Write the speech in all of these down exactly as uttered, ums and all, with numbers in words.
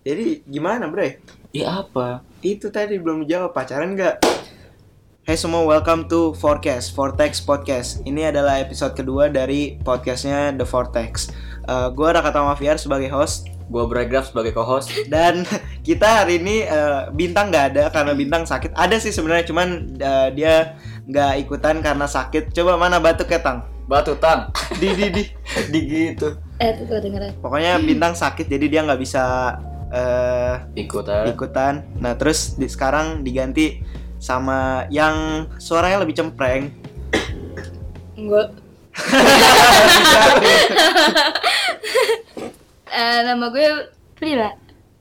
Jadi gimana bre? Iya apa? Itu tadi belum dijawab, pacaran gak? Hai semua, welcome to Forecast, Vortex Podcast. Ini adalah episode kedua dari podcastnya The Vortex. uh, Gue Raka Tamafiar sebagai host. Gue Bregraf sebagai co-host. Dan kita hari ini uh, Bintang gak ada karena Bintang sakit. Ada sih sebenarnya, cuman uh, dia gak ikutan karena sakit. Coba mana batuk ya Tang? Batu Tang. Di di di Di gitu. Eh tuh dengeran. Pokoknya Bintang sakit jadi dia gak bisa uh, Ikutan. ikutan. Nah terus di, sekarang diganti sama yang suaranya lebih cempreng. Enggak. uh, nama gue Prila.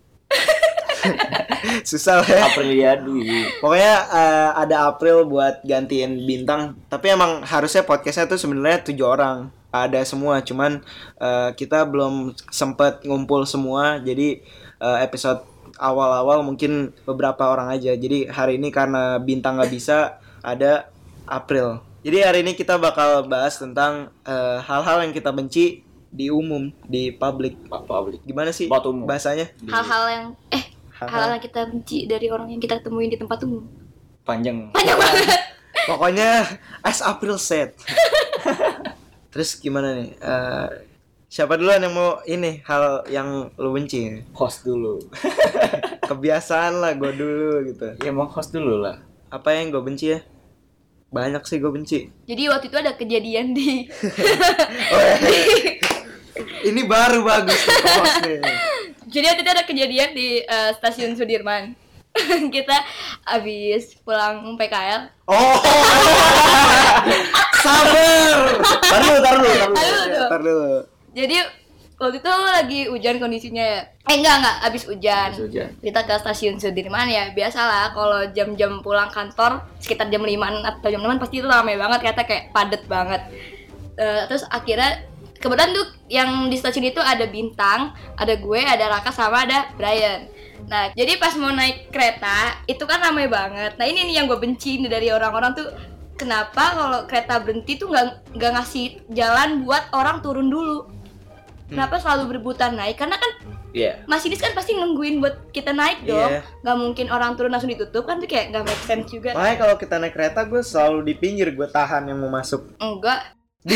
Susah lah ya. Aprilia Dwi. Pokoknya uh, ada April buat gantiin Bintang. Tapi emang harusnya podcastnya tuh sebenarnya tujuh orang. Ada semua, cuman uh, kita belum sempet ngumpul semua. Jadi uh, episode awal-awal mungkin beberapa orang aja. Jadi hari ini karena Bintang gak bisa, ada April. Jadi hari ini kita bakal bahas tentang uh, hal-hal yang kita benci di umum, di public. Public. Gimana sih Tempat umum. bahasanya? Hal-hal yang eh Hal-hal. hal-hal yang kita benci dari orang yang kita temuin di tempat umum. Panjang. Panjang banget. Pokoknya as April said. Terus gimana nih? Uh, siapa duluan yang mau ini hal yang lu benci? Host dulu. Kebiasaan lah gue dulu gitu. Ya mau host dulu lah. Apa yang gue benci ya? Banyak sih gue benci. Jadi waktu itu ada kejadian di Oh, ini baru bagus nih, host nih. Jadi waktu itu ada kejadian di uh, stasiun Sudirman. Kita abis pulang P K L. Oh, sabar. Tar dulu, tar dulu, tar dulu. Aduh, aduh. Tar dulu. Jadi waktu itu lagi hujan kondisinya ya. Eh enggak enggak, abis hujan. Abis hujan. Kita ke stasiun Sudirman ya. Biasalah kalau jam-jam pulang kantor sekitar jam limaan atau jam enaman pasti itu ramai banget, kata kayak padet banget. Uh, terus akhirnya kebetulan tuh yang di stasiun itu ada Bintang, ada gue, ada Raka sama ada Brian. Nah, jadi pas mau naik kereta itu kan ramai banget. Nah, ini nih yang gue benci nih dari orang-orang tuh, kenapa kalau kereta berhenti tuh nggak nggak ngasih jalan buat orang turun dulu? Kenapa selalu berebutan naik? Karena kan Iya. masinis kan pasti nungguin buat kita naik dong. Iya. Nggak mungkin orang turun langsung ditutup kan, tuh kayak nggak make sense juga. Makanya kalau kita naik kereta gue selalu di pinggir, gue tahan yang mau masuk. Enggak.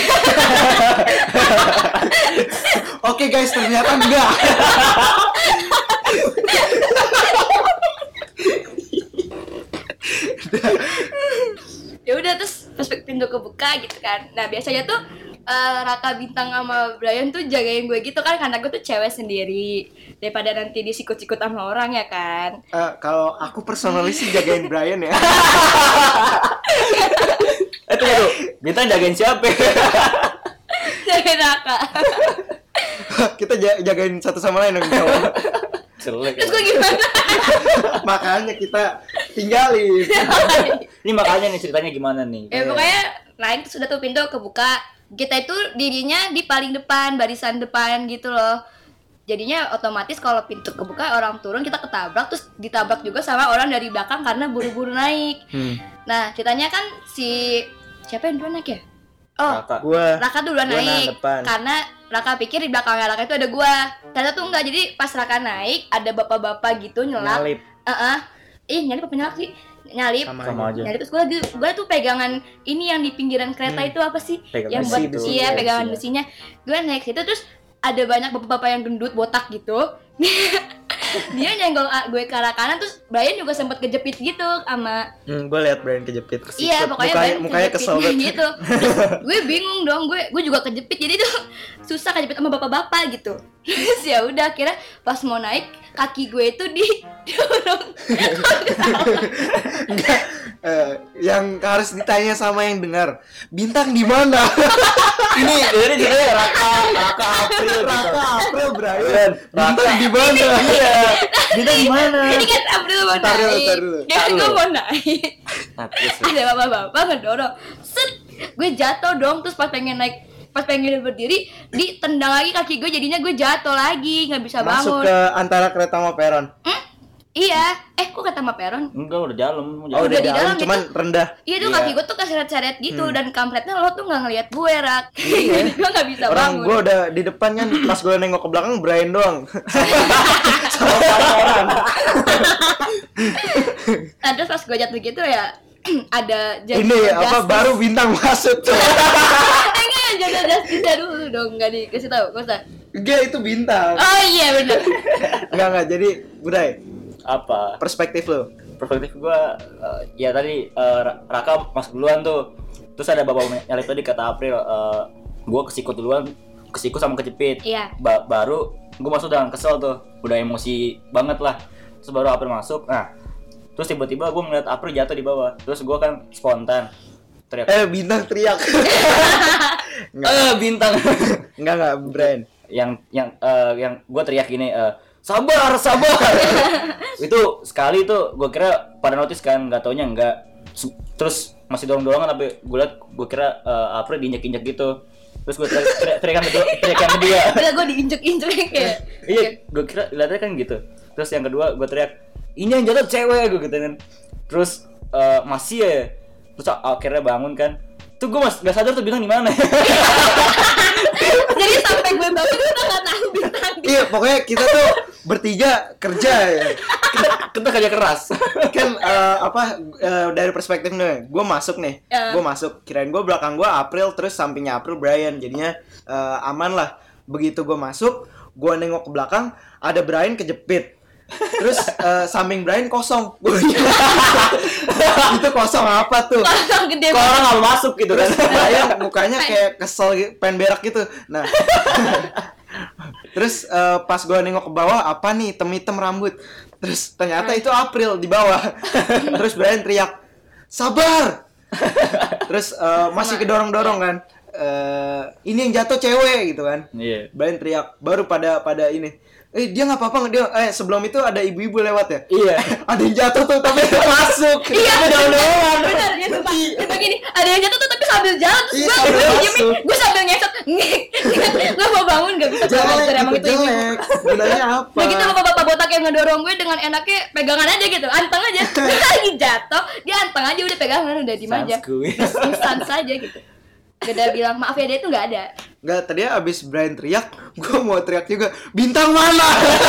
Oke guys, ternyata enggak. Ya udah, terus pas pintu kebuka gitu kan. Nah biasanya tuh uh, Raka, Bintang sama Brian tuh jagain gue gitu kan, karena gue tuh cewek sendiri, daripada nanti disikut-sikut sama orang ya kan. Uh, kalau aku personally sih jagain Brian ya. Eh tunggu tuh. Bintang jagain siapa? Jagain Raka. Kita j- jagain satu sama lain dong. Jelek. Terus gue gimana? Makanya kita tinggalin. Ini makanya nih ceritanya gimana nih? Ya pokoknya naik terus udah tuh pintu kebuka. Kita itu dirinya di paling depan, barisan depan gitu loh. Jadinya otomatis kalau pintu kebuka orang turun kita ketabrak, terus ditabrak juga sama orang dari belakang karena buru-buru naik. Hmm. Nah ceritanya kan si siapa yang duluan naik ya? Oh, Raka. Gua Raka duluan Gua naik depan. karena Raka pikir di belakangnya Raka itu ada gua. Ternyata tuh enggak. Jadi pas Raka naik ada bapak-bapak gitu nyelap. nyalip Heeh. Ih, nyalip apa nyalip sih? Nyalip. sama, Sama aja. aja. Nyalip terus gua lagi gua tuh pegangan ini yang di pinggiran kereta Hmm. itu apa sih? Pegangan yang besi, buat besi, iya, ya, pegangan besinya. besinya. Gua naik situ terus ada banyak bapak-bapak yang gendut botak gitu. Dia nyenggol gue ke arah kanan, terus Brian juga sempet kejepit gitu sama Hmm, gue liat Brian kejepit. Kesikut. iya pokoknya mukanya, Brian mukanya kejepit kesel banget. gitu. Terus gue bingung dong, gue gue juga kejepit, jadi tuh susah kejepit sama bapak-bapak gitu. Terus ya udah, akhirnya pas mau naik kaki gue itu di dorong. Enggak, eh, yang harus ditanya sama yang dengar, Bintang di mana? Ini dari ceritanya Raka, Raka April, Raka, April, Brian. Brian, Bintang di mana? Iya. Bintang di mana? Jadi kan April mau Tar dulu, naik, tar dulu. dia kan gue mau naik. Nah, terus Ada bapak-bapak ngedorong, set, gue jatuh dong. Terus pas pengen naik, pas pengen berdiri, ditendang lagi kaki gue, jadinya gue jatuh lagi, nggak bisa Masuk bangun. ke antara kereta sama peron. Hmm? Iya, eh kok kata sama peron? enggak udah dalam, Oh, Udah udah di dalam, dalam cuman gitu. rendah. Iya tuh Iya. kaki gue tuh keseret-seret gitu, Hmm. dan kampretnya lo tuh nggak ngeliat gue, Rak. Iya. Jadi gue nggak bisa Orang bangun. gue udah di depan kan, pas gue nengok ke belakang Brian doang. sama pas gue jatuh gitu ya ada jadi Ini apa baru bintang masuk tuh. enggak jadi justice dulu dong, nggak dikasih tahu kok usah. Enggak, itu bintang. Oh iya benar. Enggak enggak. Jadi, Budai, Apa? perspektif lo. Perspektif gua uh, ya tadi uh, Raka masuk duluan tuh. Terus ada bapak nyalip tadi kata April, uh, gua kesikut duluan, kesikut sama kejepit. Iya. Ba- baru gua masuk dengan kesel tuh, udah emosi banget lah. Terus baru April masuk. Nah, terus tiba-tiba gua ngeliat April jatuh di bawah. Terus gua kan spontan teriak. Eh, bintang teriak. Enggak. Eh, bintang. Enggak enggak, Brian. yang yang uh, yang gue teriak gini, uh, sabar sabar. Itu sekali tuh gue kira pada notice kan, nggak taunya enggak. Terus masih dorong dorongan tapi gue liat gue kira uh, April diinjek injek gitu. Terus gue teriak teriak teriakan kedua teriakan kedua Bila gue diinjek-injek kayak iya gue kira liatnya kan gitu. Terus yang kedua gue teriak, ini yang jatuh cewek, gue gitu kan. Terus uh, masih ya. Terus akhirnya bangun kan, tuh gue mas nggak sadar tuh bintang di mana. jadi sampai gue bangun gue udah nggak tahu bintang. Iya, pokoknya kita tuh bertiga kerja ya. kita, kita kerja keras. Kan eh, apa eh, dari perspektif nih, gue masuk nih, Ya. gue masuk, kirain gue belakang gue April, terus sampingnya April Brian, jadinya eh, aman lah. Begitu gue masuk, gue nengok ke belakang, ada Brian kejepit, terus eh, samping Brian kosong. Itu kosong apa tuh? Kosong gede Kok orang nggak mau masuk gitu kan? Brian mukanya kayak kesel, gitu, pengen berak gitu. Nah, terus eh, pas gue nengok ke bawah, apa nih, hitam-hitam rambut. Terus ternyata itu April di bawah. Terus Brian teriak, sabar. Terus eh, masih kedorong-dorong kan. Eh, ini yang jatuh cewek gitu kan. Iya. Brian teriak, baru pada pada ini. Eh dia nggak apa-apa, dia eh sebelum itu ada ibu-ibu lewat ya. Iya. Ada yang jatuh tuh tapi dia masuk. Iya, daun-daunan. benar ya sumpah. Sumpah gini, ada yang jatuh tuh tapi sambil jalan terus Iya, gue sambil gue masuk. diemin, gue sambil ngesot. Gue mau bangun gak bisa bangun, Jelek, emang itu itu ibu. jelek. Gunanya apa? Nah gitu loh bapak botak yang ngedorong gue dengan enaknya pegangan aja gitu, anteng aja. Lagi jatuh, dia anteng aja udah pegangan udah diem aja. Sanskuy. Terus sans aja gitu. Gak ada bilang maaf ya dia itu nggak ada. Nggak, tadi abis Brian teriak, gue mau teriak juga, bintang mana?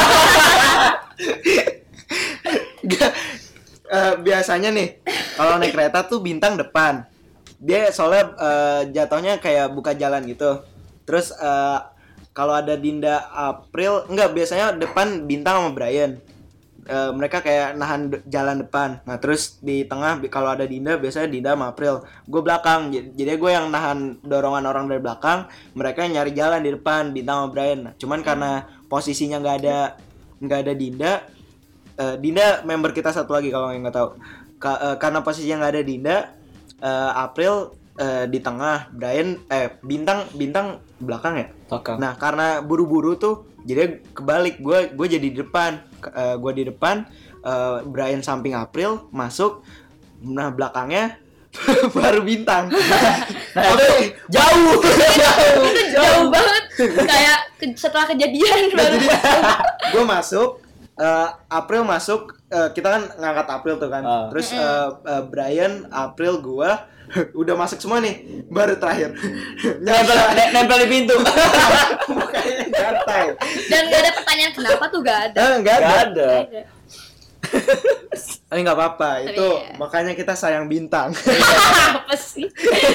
Nggak, eh, biasanya nih, kalau naik kereta tuh bintang depan. Dia soalnya eh, jatuhnya kayak buka jalan gitu. Terus eh, kalau ada Dinda April, enggak, biasanya depan bintang sama Brian. Eh, mereka kayak nahan de- jalan depan. Nah terus di tengah bi- kalau ada Dinda, biasanya Dinda sama April. Gue belakang, J- jadi gue yang nahan dorongan orang dari belakang. Mereka yang nyari jalan di depan, bintang sama Brian. Nah, cuman karena posisinya nggak ada nggak ada Dinda, eh, Dinda member kita satu lagi kalau yang nggak tahu. Ka- eh, karena posisinya nggak ada Dinda, eh, April eh, di tengah, Brian eh bintang bintang belakang ya. Belakang. Nah karena buru-buru tuh, jadi kebalik, gue gue jadi di depan. Uh, gue di depan, uh, Brian samping April masuk, nah belakangnya baru bintang. Nah, itu jauh. jauh, Itu jauh banget. Kayak ke- setelah kejadian Nah, baru. jadi gue masuk, uh, April masuk, uh, kita kan ngangkat April tuh kan. Ah. Terus uh, uh, Brian, April, gue udah masuk semua nih, baru terakhir. Nempel, ne- nempel di pintu. Mukanya nyantai. Dan gak ada pertanyaan kenapa tuh gak ada. Eh, nggak ada. Gak ada. Nggak ada. Tapi nggak apa-apa, Tapi itu ya. makanya kita sayang bintang. Apa sih?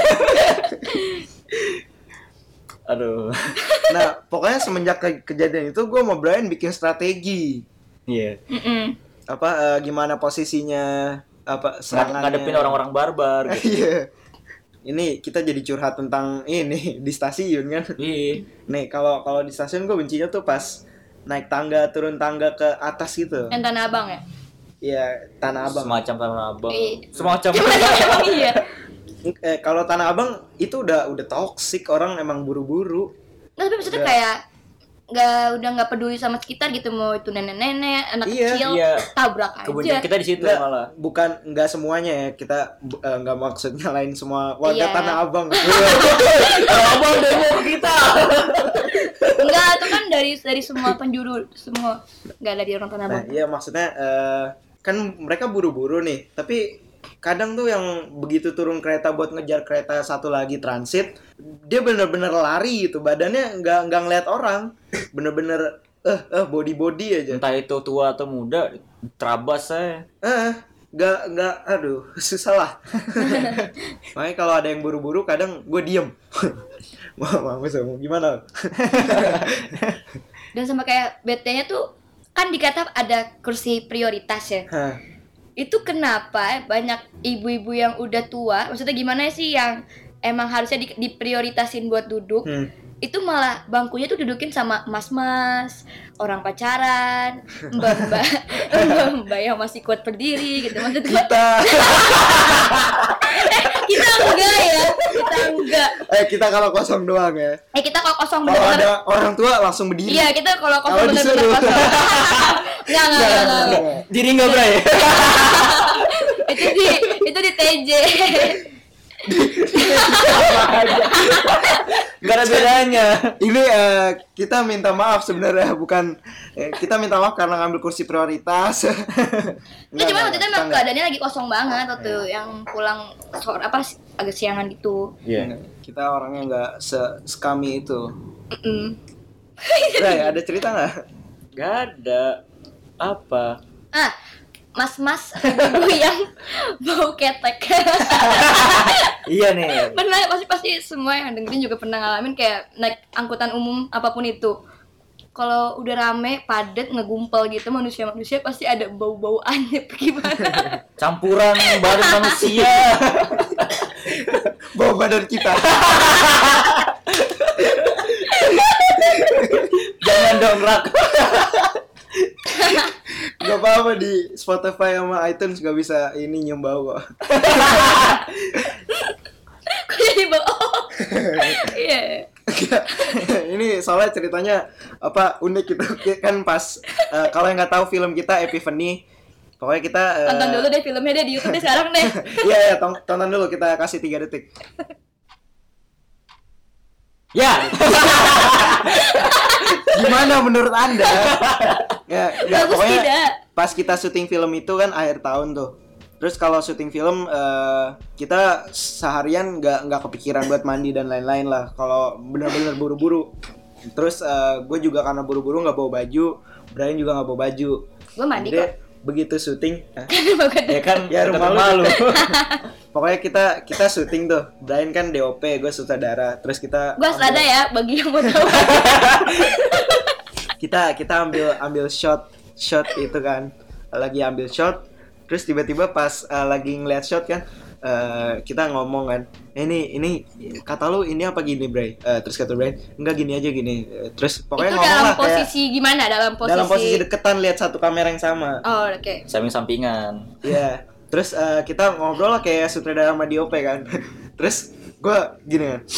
Aduh. Nah, pokoknya semenjak ke- kejadian itu gue sama Brian bikin strategi. Iya. Mm-mm. Apa eh, gimana posisinya, apa Ngad- serangannya. Ngadepin orang-orang barbar gitu. Iya. Ini kita jadi curhat tentang ini di stasiun kan. Iya. Nih, kalau kalau di stasiun gue bencinya tuh pas naik tangga, turun tangga ke atas gitu. Yang Tanah Abang ya? Iya, Tanah Abang. Semacam Tanah Abang. Iya. Semacam. Emang iya. Eh, kalau Tanah Abang itu udah udah toksik, orang emang buru-buru. Nah, tapi maksudnya Udah. kayak nggak udah nggak peduli sama sekitar gitu, mau itu nenek-nenek, anak Iya, kecil, iya. tabrak Kemudian aja. kita di situ Nggak, malah. bukan nggak semuanya ya, kita bu- eh, nggak maksud nyalain semua warga Iya. Tanah Abang. Tanah Abang demo kita. Enggak, itu kan dari dari semua penjuru, semua nggak dari orang Tanah Nah, Abang. iya maksudnya eh, kan mereka buru-buru nih, tapi kadang tuh yang begitu turun kereta buat ngejar kereta satu lagi transit, dia bener-bener lari gitu, badannya nggak nggak ngeliat orang, bener-bener eh eh body body aja. Entah itu tua atau muda, terabas saya. Eh nggak nggak aduh susah lah. Makanya kalau ada yang buru-buru kadang gue diem. Wah, mampus gimana? Dan sama kayak B T-nya tuh kan dikata ada kursi prioritas ya. Hah. Itu kenapa banyak ibu-ibu yang udah tua, maksudnya gimana sih yang emang harusnya di, diprioritasin buat duduk, Hmm. itu malah bangkunya tuh dudukin sama mas-mas, orang pacaran, mbak-mbak, mbak-mbak yang masih kuat berdiri gitu. Maksud gue Kita kita enggak ya, kita enggak. eh kita kalau kosong doang ya. Eh kita kalau kosong Kalau bener-bener. ada orang tua langsung berdiri. Iya kita kalau kosong Kalau bener-bener disuruh. kosong. Enggak enggak enggak. enggak. Diri nggak Bray? Itu di itu di T J. Gak ada bedanya. Ini eh, kita minta maaf sebenarnya bukan eh, kita minta maaf karena ngambil kursi prioritas. Ini cuma waktu itu kita emang nggak. keadaannya lagi kosong banget waktu yang pulang sore apa sih, agak siangan gitu. Iya. Kita orangnya nggak se sekami itu. Mm-mm. Bray, ada cerita nggak? Gak ada. Apa? Ah, mas-mas ibu yang bau ketek. Iya nih. Pernah pasti pasti semua yang dengerin juga pernah ngalamin kayak naik angkutan umum apapun itu. Kalau udah rame, padet, ngegumpal gitu manusia-manusia pasti ada bau-bau anyep gimana. Campuran badan manusia. Bawa badan kita. Jangan dong Rak. Gak apa-apa di Spotify sama iTunes gak bisa ini nyium bau kok. Kok jadi bau? Iya. Ini soalnya ceritanya apa unik gitu kan pas eh, kalau yang nggak tahu film kita Epiphany, pokoknya kita eh, Tonton dulu deh filmnya deh di YouTube deh sekarang deh. Iya ya tong- tonton dulu, kita kasih tiga detik. Ya. Gimana menurut anda? Ya, ya Bagus pokoknya tidak? pas kita syuting film itu kan akhir tahun tuh. Terus kalau syuting film eh, kita seharian nggak nggak kepikiran buat mandi dan lain-lain lah. Kalau benar-benar buru-buru. Terus gue juga karena buru-buru nggak bawa baju, Brian juga nggak bawa baju. Gue mandi Jadi, kok. begitu syuting, hah? Ya kan Ya, rumah lu malu. pokoknya kita kita syuting tuh. Brian kan D O P, gue sutradara. Terus kita Gue ambil- ada ya bagi yang mau tahu. kita kita ambil ambil shot shot itu kan, lagi ambil shot. Terus tiba-tiba pas uh, lagi ngeliat shot kan, uh, kita ngomong kan, eh, ini ini kata lu ini apa gini Bray? Uh, terus kata Brian, enggak gini aja gini. Uh, terus pokoknya Itu ngomong dalam lah kayak posisi gimana? Dalam posisi dalam posisi deketan lihat satu kamera yang sama. Oh, oke. Samping-sampingan. Iya. Terus uh, kita ngobrol lah kayak sutradara sama D O P kan. Terus gue gini kan.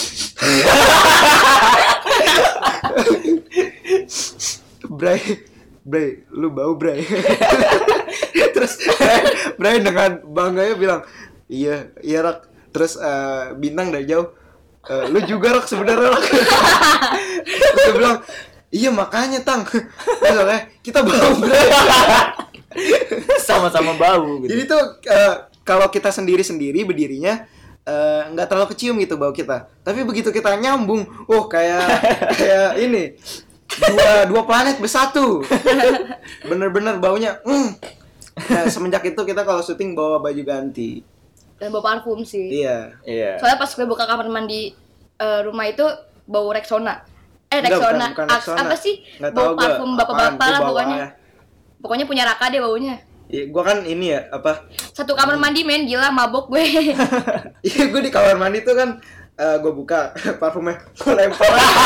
Bray, Bray, lu bau Bray. Terus Bray dengan bangganya bilang, iya, iya Rak. Terus uh, Bintang dari jauh, "Eh, lu juga Rak sebenarnya Rak." Terus dia bilang, iya makanya Tang. Terus katanya, kita bau Bray. Sama-sama bau gitu. Jadi tuh uh, kalau kita sendiri-sendiri berdirinya uh, nggak terlalu kecium gitu bau kita. Tapi begitu kita nyambung, oh kayak kayak ini dua dua planet bersatu. Bener-bener baunya. Mm. Nah, semenjak itu kita kalau syuting bawa baju ganti. Dan bawa parfum sih. Iya. Iya. Soalnya pas gue buka kamar mandi eh, rumah itu bau Rexona. Eh Enggak, Rexona, bukan- bukan Axe, Rexona. apa sih? Nggak Bau tahu gua. parfum bapak-bapak Apaan, lah gua bawa pokoknya. ya. Pokoknya punya Raka deh baunya. Iya, gua kan ini ya apa? Satu kamar mandi men, gila mabok gue. Iya, gue di kamar mandi tuh kan uh, gue buka parfumnya, gue lempar.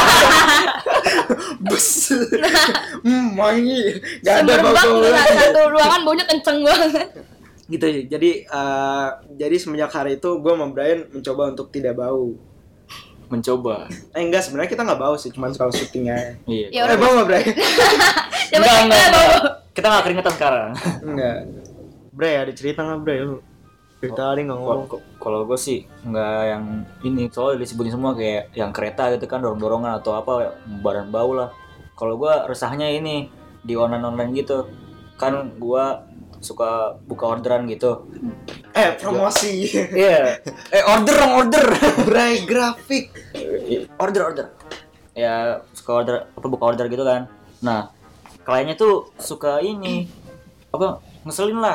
Bus. Hmm, wangi. Gak ada Semerbak bau-bau tuh, lagi. satu ruangan baunya kenceng banget. Gitu sih. Jadi uh, jadi semenjak hari itu gue sama Brian mencoba untuk tidak bau. Mencoba. Eh enggak, sebenarnya kita nggak bau sih, cuma kalau syutingnya. Iya. Ya Eh udah. bau nggak Brian? Ya, Enggak, bener, enggak, bau. enggak. Kita nggak keringetan sekarang. Enggak. Bray, ada cerita nggak Bray lu? Cerita tadi nggak ngomong. Kalau- Kalau gue sih nggak yang ini, soalnya disebutin semua kayak yang kereta gitu kan, dorong-dorongan atau apa, badan bau lah. Kalau gue resahnya ini di online-online gitu, kan gue suka buka orderan gitu. Eh promosi. Iya. Eh order dong order. Bray grafik. order order. Ya suka order apa buka order gitu kan. Nah kliennya tuh suka ini apa ngeselin lah.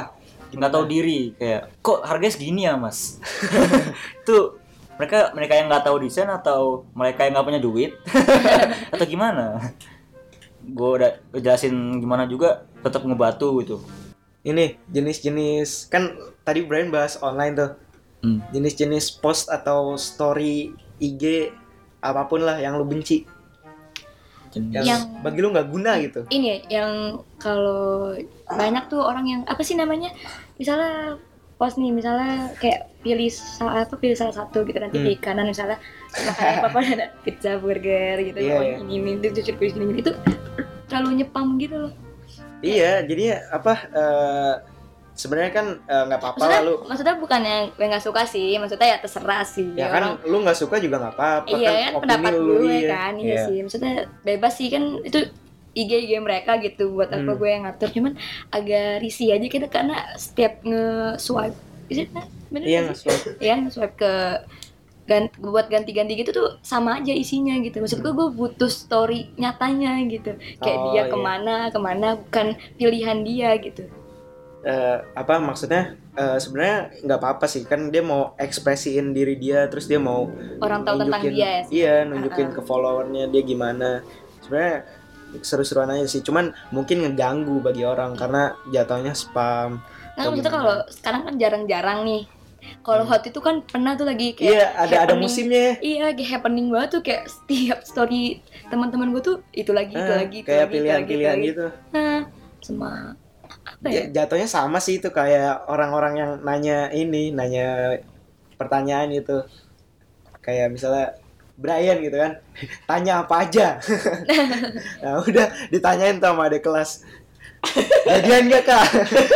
nggak tahu diri, kayak kok harganya segini ya mas. Itu mereka mereka yang nggak tahu desain atau mereka yang nggak punya duit atau gimana? Gue udah jelasin gimana juga tetap ngebatu gitu. Ini jenis-jenis kan tadi Brian bahas online tuh. Hmm. Jenis-jenis post atau story I G apapun lah yang lu benci. Yang, yang bagi lu nggak guna gitu. Ini yang kalau banyak tuh orang yang apa sih namanya, misalnya post nih, misalnya kayak pilih salah apa pilih salah satu gitu, nanti hmm. di kanan misalnya kayak apa ada pizza, burger gitu, yeah, oh, yeah. ini ini itu pilih ini itu terlalu nyepam gitu loh. Iya, jadi apa? Uh, sebenarnya kan nggak uh, apa-apa lah lu. Maksudnya bukan yang gue nggak suka sih, maksudnya ya terserah sih. Ya kan, orang, lu nggak suka juga nggak apa-apa. Iya kan, kan pendapat lu, gue iya. kan, iya yeah. sih. Maksudnya bebas sih kan, itu I G I G mereka gitu, buat apa hmm. gue yang ngatur. Cuman agak risih aja kita karena setiap nge-swipe, bener iya, nggak sih? Iya nge-swipe ke gan- buat ganti-ganti gitu tuh sama aja isinya gitu. Maksud gue, gue butuh story nyatanya gitu. Kayak oh, dia kemana, iya. kemana, bukan pilihan dia gitu. Uh, apa maksudnya uh, sebenarnya nggak apa-apa sih, kan dia mau ekspresiin diri dia, terus dia mau orang tahu tentang dia ya, iya nunjukin uh-uh. ke followernya dia gimana. Sebenarnya seru-seruan aja sih, cuman mungkin ngeganggu bagi orang karena jatuhnya spam. Nah maksudnya kalau sekarang kan jarang-jarang nih, kalau hmm. hot itu kan pernah tuh lagi kayak iya ada ada musimnya. Iya lagi happening banget tuh, kayak setiap story teman-teman gue tuh itu lagi itu ah, lagi itu kayak lagi, pilihan-pilihan lagi, gitu. Nah sama apa ya? Jatuhnya sama sih itu, kayak orang-orang yang nanya ini, nanya pertanyaan gitu. Kayak misalnya Brian gitu kan, tanya apa aja. Nah udah ditanyain tuh sama adik kelas, jadian gak kak?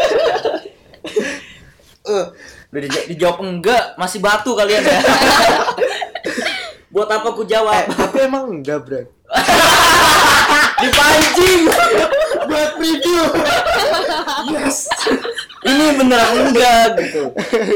uh, udah di- dijawab enggak, masih batu kalian ya. Buat apa ku jawab? Eh, tapi emang enggak bro. Dipancing buat preview. Yes. Ini beneran enggak gitu.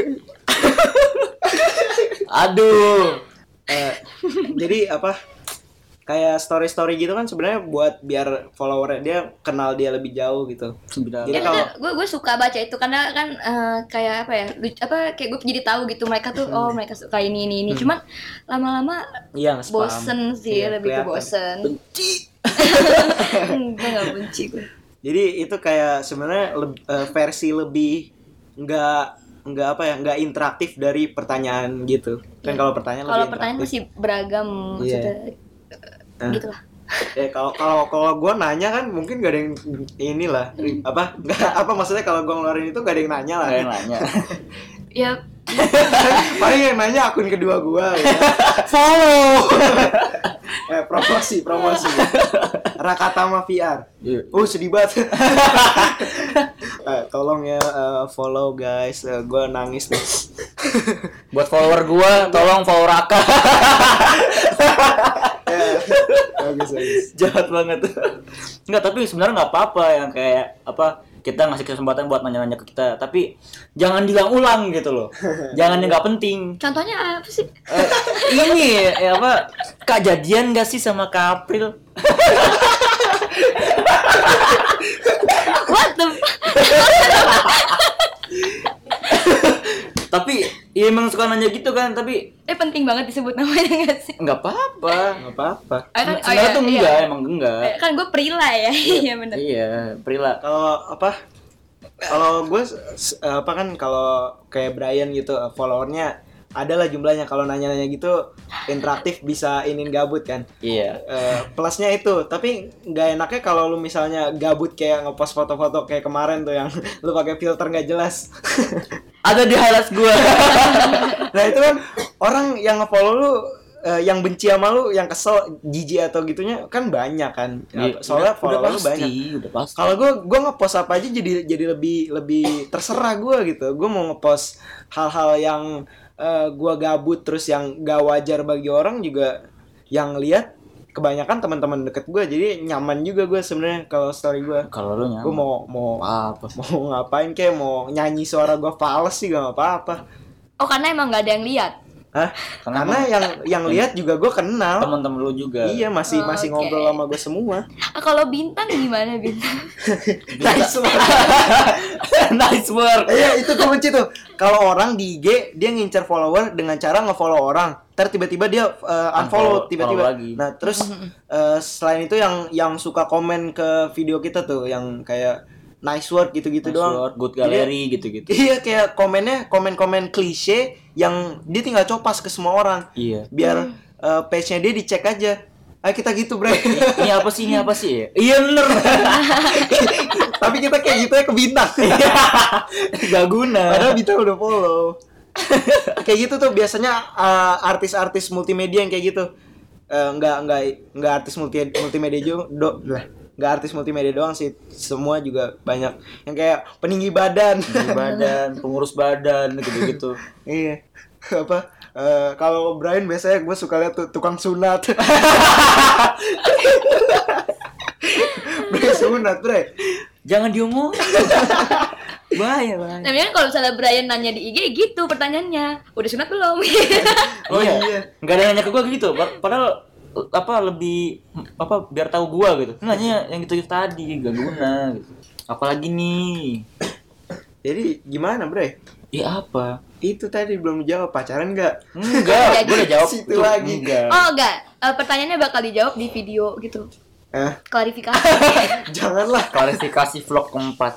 Aduh. Eh, jadi apa? Kayak story-story gitu kan sebenarnya buat biar follower dia kenal dia lebih jauh gitu. Jadi ya, kalau gue gue suka baca itu karena kan uh, kayak apa ya? Apa kayak gue jadi tahu gitu mereka tuh hmm. oh mereka suka ini ini ini. Hmm. Cuman lama-lama iya, bosen sih, iya, lebih kelihatan. Ke bosen. Benci. Gue nggak benci gue. Jadi itu kayak sebenarnya le- uh, versi lebih nggak nggak apa ya nggak interaktif dari pertanyaan gitu. Kan yeah. kalau pertanyaan kalau pertanyaan masih beragam maksudnya. Yeah. Nah, gitulah. Ya kalau kalau kalau gue nanya kan mungkin gak ada yang inilah apa nggak apa maksudnya kalau gue ngeluarin itu gak ada yang nanya lah. Gak ada yang nanya. Ya. Paling yang nanya akun kedua gue. Ya. Follow. eh promosi promosi. Rakatama V R. Yeah. Oh sedih banget. eh, tolong ya uh, follow guys. Uh, gue nangis nih. Buat follower gue, tolong follow Raka. Bagus, bagus. Jahat banget. Enggak, tapi sebenarnya nggak apa-apa yang kayak apa kita ngasih kesempatan buat nanya-nanya ke kita, tapi jangan diulang-ulang gitu loh. Jangan yang nggak penting. Contohnya apa sih? Eh, ini ya apa? Kak jadian nggak sih sama Kak April? What the fuck? Tapi ya emang suka nanya gitu kan, tapi eh penting banget disebut namanya nggak sih? Nggak apa-apa, nggak apa-apa. Kan, oh, sebenarnya iya, tuh enggak, iya. emang enggak. Eh, kan gue Prila ya, iya benar. Iya, Prila. Kalau apa? Kalau gue apa kan kalau kayak Brian gitu followernya adalah jumlahnya, kalau nanya-nanya gitu interaktif bisa inin gabut kan. Iya. Uh, plusnya itu, tapi nggak enaknya kalau lu misalnya gabut kayak ngepost foto-foto kayak kemarin tuh yang lu pakai filter nggak jelas. Ada di highlights gue. Nah itu kan orang yang ngefollow lu uh, yang benci sama lu, yang kesel, jijik atau gitunya kan banyak kan. Ya, soalnya udah, follower lu banyak. Udah pasti. Kalau gue gue ngepost apa aja jadi jadi lebih lebih terserah gue gitu. Gue mau ngepost hal-hal yang uh, gue gabut terus yang gak wajar bagi orang juga yang lihat kebanyakan teman-teman deket gue, jadi nyaman juga gue sebenarnya kalau story gue. Kalau lu nyaman. Gue mau mau apa? Mau ngapain kayak mau nyanyi suara gue fals sih gak apa-apa. Oh karena emang gak ada yang lihat. Hah? Karena, Karena yang yang lihat juga gue kenal. Teman-teman lu juga. Iya masih oh, masih okay. ngobrol sama gue semua. Ah, kalau Bintang gimana Bintang? Nice. Nice work. Iya itu kunci tuh. Kalau orang di I G dia ngincer follower dengan cara nge-follow orang, ntar tiba-tiba dia uh, unfollow tiba-tiba. Lagi. Nah terus uh, selain itu yang yang suka komen ke video kita tuh yang kayak nice work gitu-gitu Nice doang. work, good gallery gitu-gitu. Iya kayak komennya komen-komen klise yang dia tinggal copas ke semua orang. Iya. Biar uh, page-nya dia dicek aja. Ayo kita gitu bre. Ini apa sih? Ini apa sih? Iya bener. Tapi kita kayak gitu ya ke bintang. Gak guna. Padahal bintang udah follow. Kayak gitu tuh biasanya uh, artis-artis multimedia yang kayak gitu. Uh, nggak nggak nggak artis multi multimedia juga do lah. Nggak artis multimedia doang sih, semua juga banyak yang kayak peninggi badan, Peninggi badan, pengurus badan gitu-gitu. Iya. Apa? Uh, kalau Brian biasanya gue suka lihat tuh tukang sunat. Bre sunat, Bre. Jangan diomong. Bahaya, bahaya. Nah, kan kalau misalnya Brian nanya di I G gitu pertanyaannya, udah sunat belum? Oh iya. Enggak ada yang nanya ke gua gitu. Padahal apa lebih apa biar tahu gua gitu. Nanya yang gitu tadi gak guna gitu. Apalagi nih. Jadi gimana, Bre? Iya apa? Itu tadi belum dijawab, pacaran enggak? Enggak, gua udah jawab Situ itu lagi. Enggak. Oh enggak, uh, pertanyaannya bakal dijawab di video gitu. Eh, Klarifikasi. janganlah. Klarifikasi vlog keempat.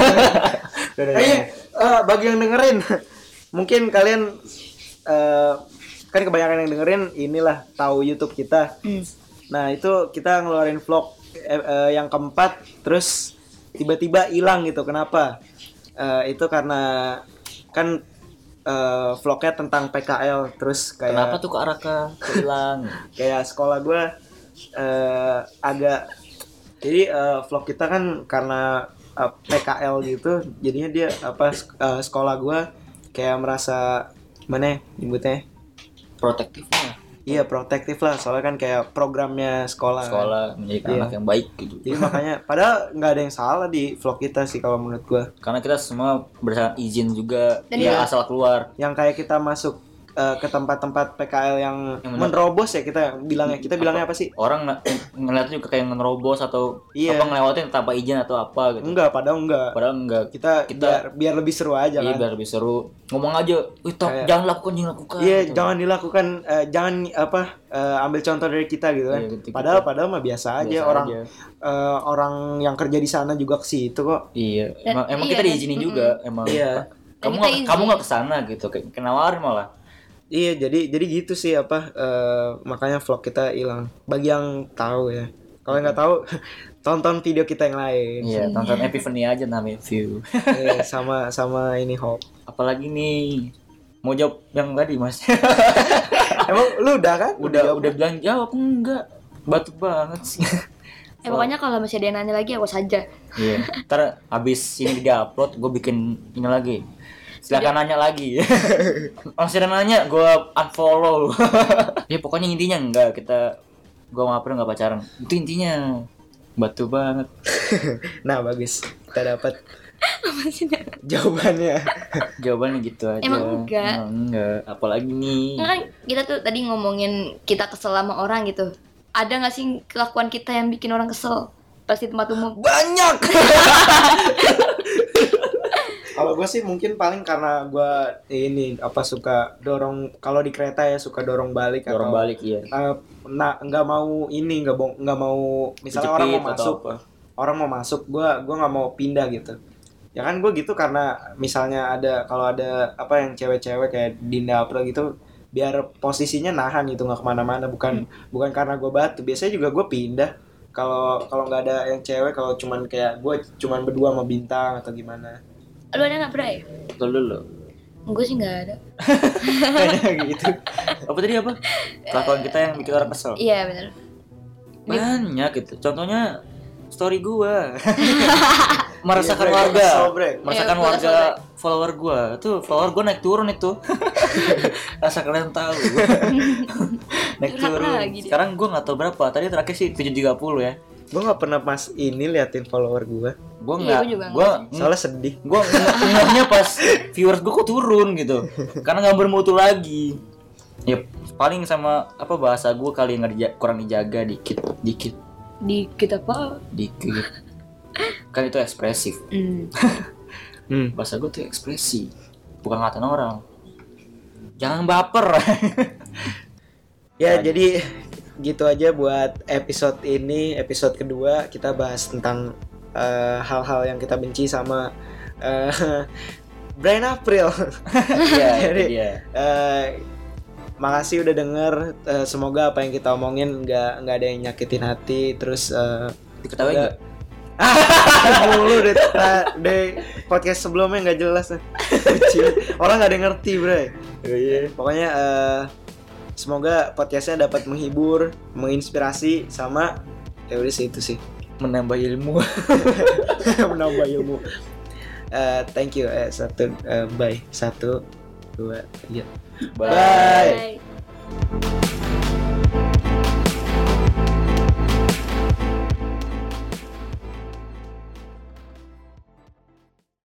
Eh, uh, bagi yang dengerin, mungkin kalian uh, kan kebanyakan yang dengerin inilah tahu YouTube kita. Hmm. Nah itu kita ngeluarin vlog eh, eh, yang keempat, terus tiba-tiba hilang gitu. Kenapa? Eh, itu karena kan eh, vlognya tentang P K L, terus kayak Kenapa tuh Kak Raka hilang? kayak sekolah gue eh, agak jadi eh, vlog kita kan karena eh, P K L gitu, jadinya dia apa sek- eh, sekolah gue kayak merasa mana ya nyebutnya? Protektifnya. Iya protektif lah, soalnya kan kayak programnya sekolah. Sekolah menjadi Iya. anak yang baik gitu. Jadi makanya, padahal nggak ada yang salah di vlog kita sih kalau menurut gua. Karena kita semua berdasarkan izin juga, Dan ya iya. asal keluar. Yang kayak kita masuk eh, ke tempat-tempat P K L yang, Yang bener. menerobos ya kita bilangnya. Kita bilangnya apa sih? Orang ng- ngeliatnya juga kayak ngerobos atau Iya. apa ngelewatin tanpa izin atau apa gitu. Enggak, padahal enggak. Padahal enggak. Kita, Kita- biar, biar lebih seru aja Iya kan. biar lebih seru. Ngomong aja, "Wih, Tok, Kayak- jangan lakukan, jangan lakukan." Iya, gitu. jangan dilakukan, eh, jangan apa eh, ambil contoh dari kita gitu kan. Iya, gitu, padahal gitu. padahal mah biasa aja Biasa orang aja. eh, orang yang kerja di sana juga ke situ kok. Iya, Dan- emang, emang iya, kita dan- diizinin mm-mm. juga emang. Iya. Kamu Dan nggak kita izin. kamu nggak kesana gitu, kayak kenawarin malah. Iya, jadi jadi gitu sih apa eh, makanya vlog kita hilang. Bagi yang tahu ya. Kalau nggak tahu tonton video kita yang lain. Iya, tonton Epiphany aja namanya view. Eh, sama sama ini Hope. Apalagi nih, mau jawab yang tadi Mas? Emang lu udah kan? udah jawab? udah bilang jawab enggak? Batuk banget sih. Eh pokoknya kalau masih ada yang nanya lagi aku saja. Iya, ntar habis ini di-upload gue bikin ini lagi. Silakan nanya lagi. Masih ada nanya, gue unfollow. Ya pokoknya intinya enggak kita gue sama April enggak pacaran. Itu intinya. Batu banget. Nah, bagus. Kita dapat jawabannya. Jawabannya gitu aja. Emang enggak? Emang enggak. Apalagi nih. Nah, kan kita tuh tadi ngomongin kita kesel sama orang gitu. Ada nggak sih kelakuan kita yang bikin orang kesel pas di tempat umum? Banyak. Kalau gue sih mungkin paling karena gue ini apa suka dorong kalau di kereta ya suka dorong balik Dorong atau balik iya. eh, nah nggak mau ini nggak mau nggak mau misalnya orang Kejepit mau atau masuk apa. orang mau masuk gue gue nggak mau pindah gitu ya kan gue gitu karena misalnya ada kalau ada apa yang cewek-cewek kayak Dinda April gitu biar posisinya nahan gitu nggak kemana-mana bukan bukan karena gue batu biasanya juga gue pindah kalau kalau nggak ada yang cewek kalau cuman kayak gue cuman berdua sama Bintang atau gimana Lu ada nggak Bray? Betul dulu. Gue sih nggak ada. kayaknya gitu Apa tadi apa? Kelakuan kita yang bikin orang kesel. Iya benar. Banyak gitu. Contohnya story gua. Meresahkan Iya, Bre, warga. kesel, Bre. Meresahkan Iya, gua warga kesel, follower gua. Tuh follower gua naik turun itu. Rasa kalian tahu. Naik Curhat turun. lagi dia. Sekarang gua nggak tahu berapa. Tadi terakhir sih tujuh tiga puluh ya. gue nggak pernah pas ini liatin follower gue Gua Iya, nggak. gua juga Gua soalnya sedih gua ngehnya pas viewers gua kok turun gitu. Karena nggak bermutu lagi. Ya paling sama apa bahasa gua kali ngerja kurang dijaga dikit dikit Di kita apa? dikit. Kan itu ekspresif. Hmm. Hmm. Bahasa gue tuh ekspresi, bukan ngatain orang. Jangan baper. Ya, jadi gitu aja buat episode ini, episode kedua kita bahas tentang uh, hal-hal yang kita benci sama uh, Brian April. Iya, Jadi, itu dia. uh, makasih udah denger. Uh, semoga apa yang kita omongin nggak nggak ada yang nyakitin hati. Terus uh, Diketahui semoga- nggak? mulu deh, ta- deh podcast sebelumnya nggak jelas. Kecil. Orang nggak ada yang ngerti, Bray. Pokoknya uh, semoga podcastnya dapat menghibur, menginspirasi, sama ya udah sih itu sih. Menambah ilmu. Menambah ilmu. Uh, thank you. Eh, satu, uh, bye. Satu, dua, tiga. Bye. Bye.